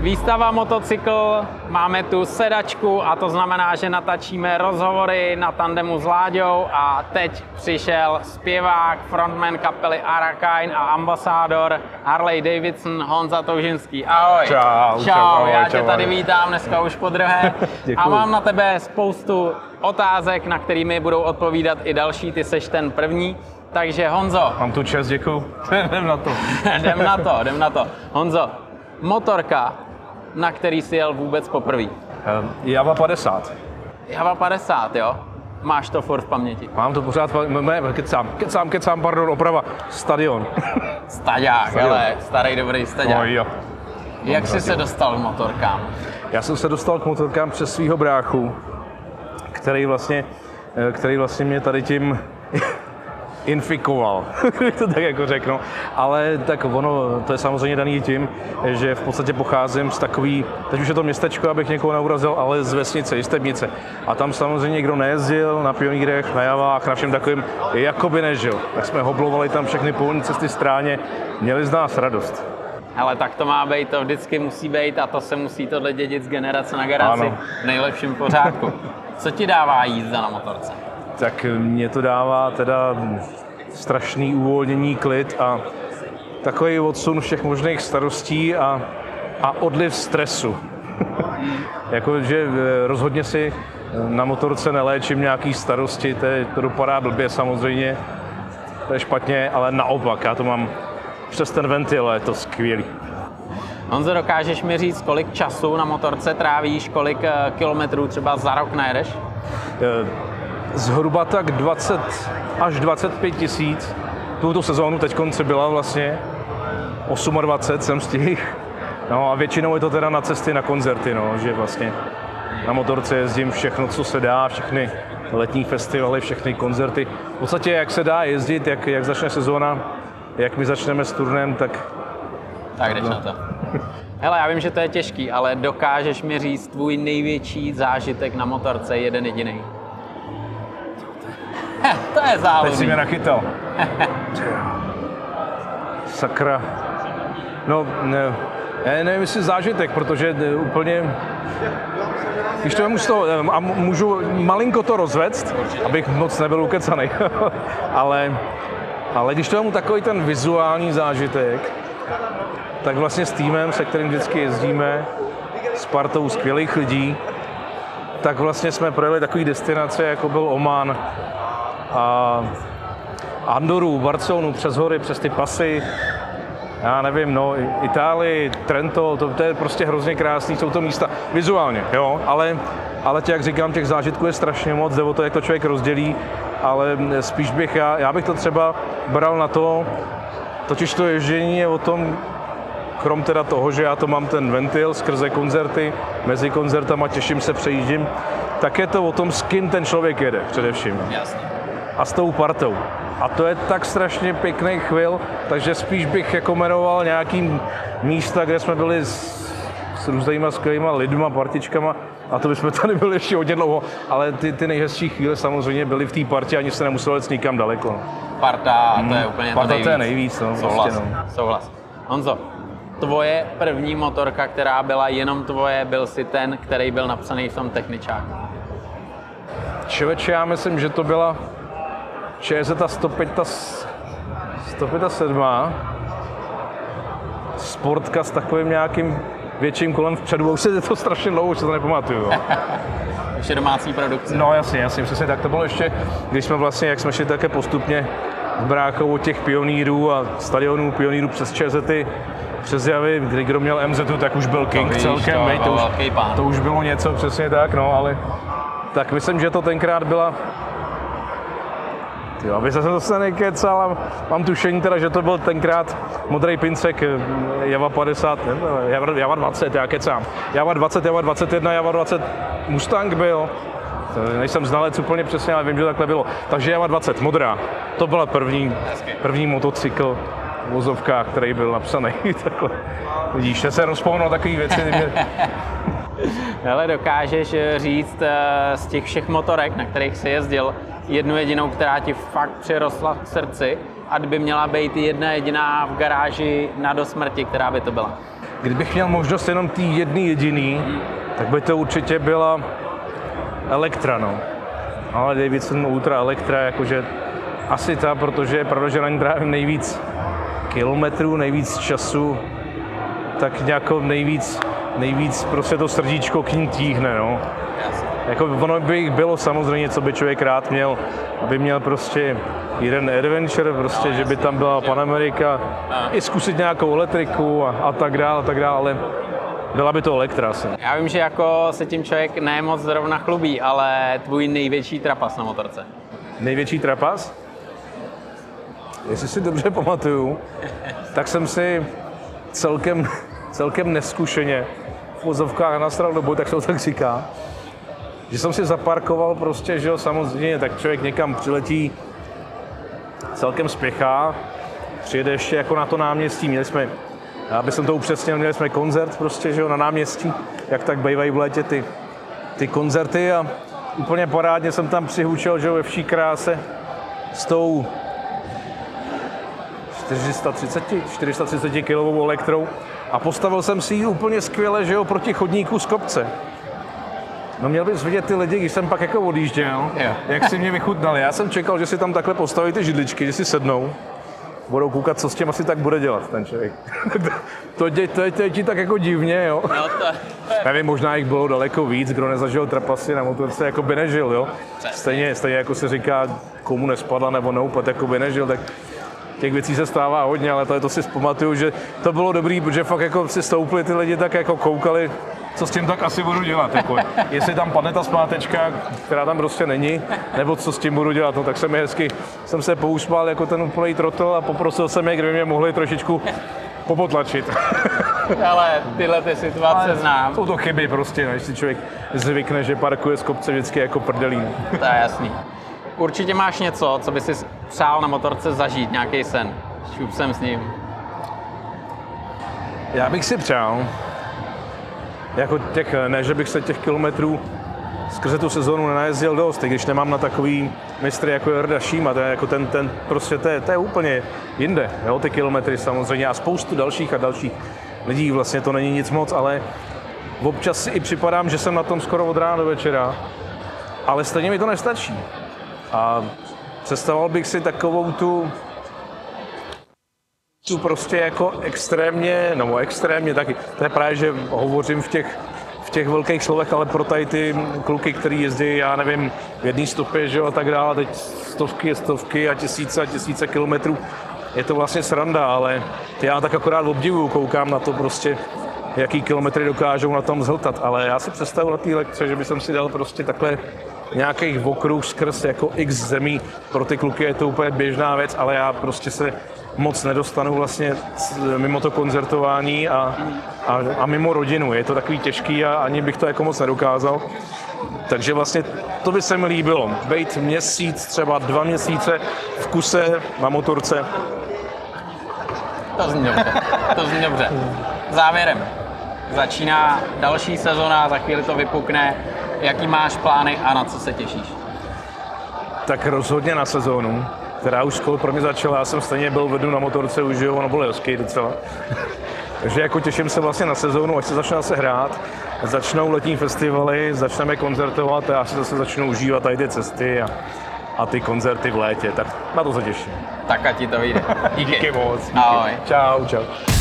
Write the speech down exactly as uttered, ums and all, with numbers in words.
Výstava motocykl, máme tu sedačku a to znamená, že natačíme rozhovory na tandemu s Láďou a teď přišel zpěvák, frontman kapely Arakine a ambasádor Harley Davidson Honza Toužinský. Ahoj. Čau, čau, čau, já čau, tě čau, tady ahoj. vítám dneska už po druhé a mám na tebe spoustu otázek, na kterými budou odpovídat i další, ty seš ten první. Takže Honzo. Mám tu čest, děkuju. Jdem na to. jdem na to, jdem na to. Honzo, motorka, na který jsi jel vůbec poprvé? Java padesát. Java padesát, jo? Máš to furt v paměti? Mám to pořád, ne, kecám, kecám, kecám, pardon, oprava, Stadion. Staďák, Stadion. hele, starý dobrý staďák. No, jo. Jak jsi se dostal k motorkám? Já jsem se dostal k motorkám přes svého bráchu, který vlastně, který vlastně mě tady tím infikoval, to tak jako řeknu, ale tak ono, to je samozřejmě daný tím, že v podstatě pocházím z takový, teď už je to městečko, abych někoho neurazil, ale z vesnice, Jistebnice. A tam samozřejmě někdo nejezdil na pionýrech, na javách, na všem takovým, jakoby nežil. Tak jsme hoblovali tam všechny polní cesty stráně, měli z nás radost. Ale tak to má být, to vždycky musí být a to se musí tohle dědit z generace na generaci Ano. v nejlepším pořádku. Co ti dává jízda na motorce? Tak mě to dává teda strašný uvolnění, klid a takový odsun všech možných starostí a, a odliv stresu. Jakože rozhodně si na motorce neléčím nějaký starosti, to, je, to dopadá blbě samozřejmě, to je špatně, ale naopak, já to mám přes ten ventil, je to skvělý. Honzo, dokážeš mi říct, kolik času na motorce trávíš, kolik kilometrů třeba za rok najedeš? Zhruba tak dvacet až dvacet pět tisíc. Tuto sezónu teď konce byla vlastně dvacet osm jsem stihl. No a většinou je to teda na cesty, na koncerty, no, že vlastně na motorce jezdím všechno, co se dá, všechny letní festivaly, všechny koncerty. V podstatě jak se dá jezdit, jak, jak začne sezóna, jak my začneme s turnem, tak... Tak jdeš no. na to. Hele, já vím, že to je těžký, ale dokážeš mi říct tvůj největší zážitek na motorce, jeden jediný? To je záludný. Teď si mě nachytal. Sakra. No, ne, ne, nevím, jestli zážitek, protože úplně... Když to vemu z toho, a můžu malinko to rozvést, abych moc nebyl ukecanej, ale, ale když to vemu takový ten vizuální zážitek, tak vlastně s týmem, se kterým vždycky jezdíme, s partou skvělých lidí, tak vlastně jsme projeli takový destinace, jako byl Oman, a Andoru, Barcelonu, přes hory, přes ty pasy, já nevím, no, Itálii, Trento, to, to je prostě hrozně krásný, jsou to místa vizuálně, jo, ale, ale tě, jak říkám, těch zážitků je strašně moc, jde o to, jak to člověk rozdělí, ale spíš bych, já, já bych to třeba bral na to, totiž to ježdění je o tom, krom teda toho, že já to mám ten ventil skrze koncerty, mezi koncertama těším se, přejíždím, tak je to o tom, s kým ten člověk jede především. Jasně. A s tou partou. A to je tak strašně pěkný chvil, takže spíš bych jako jmenoval nějaký místa, kde jsme byli s, s různýma skvělýma lidma, partičkama, a to bychom tady byli ještě hodně dlouho, ale ty, ty nejhezčí chvíle samozřejmě byly v té partě, ani se nemuselo jít nikam daleko. No. Parta, to je úplně Parta to nejvíc. to je nejvíc, no, Souhlas, prostě, no. souhlas. Honzo, tvoje první motorka, která byla jenom tvoje, byl si ten, který byl napsaný v tom techničáku. Člověče, já myslím, že to byla ČZ sto sedm, sportka s takovým nějakým větším kolem vpředu, už se je to strašně dlouho, už se to nepamatuju. Už je domácí produkce. No jasně, jasně, přesně tak to bylo ještě, když jsme vlastně, jak jsme šli také postupně s bráchou od těch pionýrů a stadionů pionýrů přes ČZty, přes Javy, kdy kdo měl M Z, tak už byl king víš, celkem, to, vej, to, už, pán. to už bylo něco, přesně tak, no, ale tak myslím, že to tenkrát byla. Jo, aby se zase nekecal, a mám tušení teda, že to byl tenkrát modrý pincek Java padesát, ne, Java, Java dvacet, já kecám. Java dvacet, Java dvacet jedna, Java dvacet Mustang byl. Nejsem znalec úplně přesně, ale vím, že takhle bylo. Takže Java dvacet, modrá. To byla první, první motocykl v vozovkách, který byl napsaný. Takhle. Vidíš, se rozpomnou takový věci. Hele, dokážeš říct z těch všech motorek, na kterých jsi jezdil, jednu jedinou, která ti fakt přirostla k srdci, a kdyby měla být jedna jediná v garáži na do smrti, která by to byla? kdybych měl možnost jenom tý jedný jediný, tak by to určitě byla Elektra, no. Ale Davidson Ultra Elektra, jakože asi ta, protože je pravda, že na ní trávím nejvíc kilometrů, nejvíc času, tak nějakou nejvíc, nejvíc prostě to srdíčko k ní tíhne, no. Jako ono by jich bylo samozřejmě, co by člověk rád měl, aby měl prostě jeden adventure, prostě, že by tam byla Pan Amerika, i zkusit nějakou elektriku a, a tak dále, a tak dále, ale byla by to Elektra asi. Já vím, že jako se tím člověk ne moc zrovna chlubí, ale tvůj největší trapas na motorce. Největší trapas? Jestli si dobře pamatuju, tak jsem si celkem, celkem neskušeně v vozovkách nasral do boju, tak se to tak říká, že jsem si zaparkoval prostě, že jo, samozřejmě, tak člověk někam přiletí, celkem spěchá, přijede ještě jako na to náměstí, měli jsme, aby jsem to upřesnil, měli jsme koncert prostě, že jo, na náměstí, jak tak bývají v létě ty, ty koncerty a úplně parádně jsem tam přihučel, že jo, ve vší kráse s tou čtyři sta třicet kilovou elektrou a postavil jsem si ji úplně skvěle, že jo, proti chodníku z kopce. No měl bys vidět ty lidi, když jsem pak jako odjížděl, yeah. jak si mě vychutnali. Já jsem čekal, že si tam takhle postaví ty židličky, že si sednou, budou koukat, co s tím asi tak bude dělat ten člověk. to, dě, to, je, to je ti tak jako divně, jo. No to... Nevím, možná jich bylo daleko víc, kdo nezažil trapasy na motorce, jako by nežil, jo. Stejně, stejně jako se říká, komu nespadla nebo noupat, jako by nežil, tak těch věcí se stává hodně, ale to, to si vzpamatuju, že to bylo dobrý, protože fakt jako si stoupli ty lidi, tak jako koukali, co s tím tak asi budu dělat, jako, jestli tam padne ta zpátečka, která tam prostě není, nebo co s tím budu dělat, no tak jsem mi hezky, jsem se pousmál jako ten úplný trotl a poprosil jsem je, kdyby mě mohli trošičku popotlačit. Ale tyhle ty situace ale znám. Jsou to chyby prostě, než si člověk zvykne, že parkuje z kopce vždycky jako prdelín. To je jasný. Určitě máš něco, co by si přál na motorce zažít, nějaký sen. Šup jsem s ním. Já bych si přál, jako těch, ne, že bych se těch kilometrů skrze tu sezónu nenajezdil dost, i když nemám na takový mistry jako Jarda Šíma, to je jako ten, ten prostě, to je, to je úplně jinde, jo, ty kilometry samozřejmě a spoustu dalších a dalších lidí, vlastně to není nic moc, ale občas si i připadám, že jsem na tom skoro od rána do večera, ale stejně mi to nestačí. A představoval bych si takovou tu, tu prostě jako extrémně, no extrémně taky, to je právě, že hovořím v těch, v těch velkých slovech, ale pro tady ty kluky, který jezdí, já nevím, v jedné stopě, že jo, a tak dále, teď stovky, stovky a tisíce a tisíce kilometrů, je to vlastně sranda, ale já tak akorát obdivuju, koukám na to prostě, jaký kilometry dokážou na tom zhltat, ale já si představuji na té elektře, že bych si dal prostě takhle nějakých okruh skrz jako x zemí, pro ty kluky je to úplně běžná věc, ale já prostě se moc nedostanu vlastně mimo to koncertování a, a, a mimo rodinu. Je to takový těžký a ani bych to jako moc nedokázal. Takže vlastně to by se mi líbilo. Bejt měsíc, třeba dva měsíce v kuse na motorce. To zní dobře. To zní dobře. Závěrem. Začíná další sezona, za chvíli to vypukne. Jaký máš plány a na co se těšíš? Tak rozhodně na sezónu, která už skoro pro mě začala. Já jsem stejně byl vednu na motorce už, jo, ono bylo hezky docela. Takže jako těším se vlastně na sezónu, až se začne se hrát. Začnou letní festivaly, začneme koncertovat a já si zase začnu užívat tady ty cesty a, a ty koncerty v létě. Tak na to se těším. Tak a ti to vyjde. Díky. Díky moc. Díky. Ahoj. Čau, čau.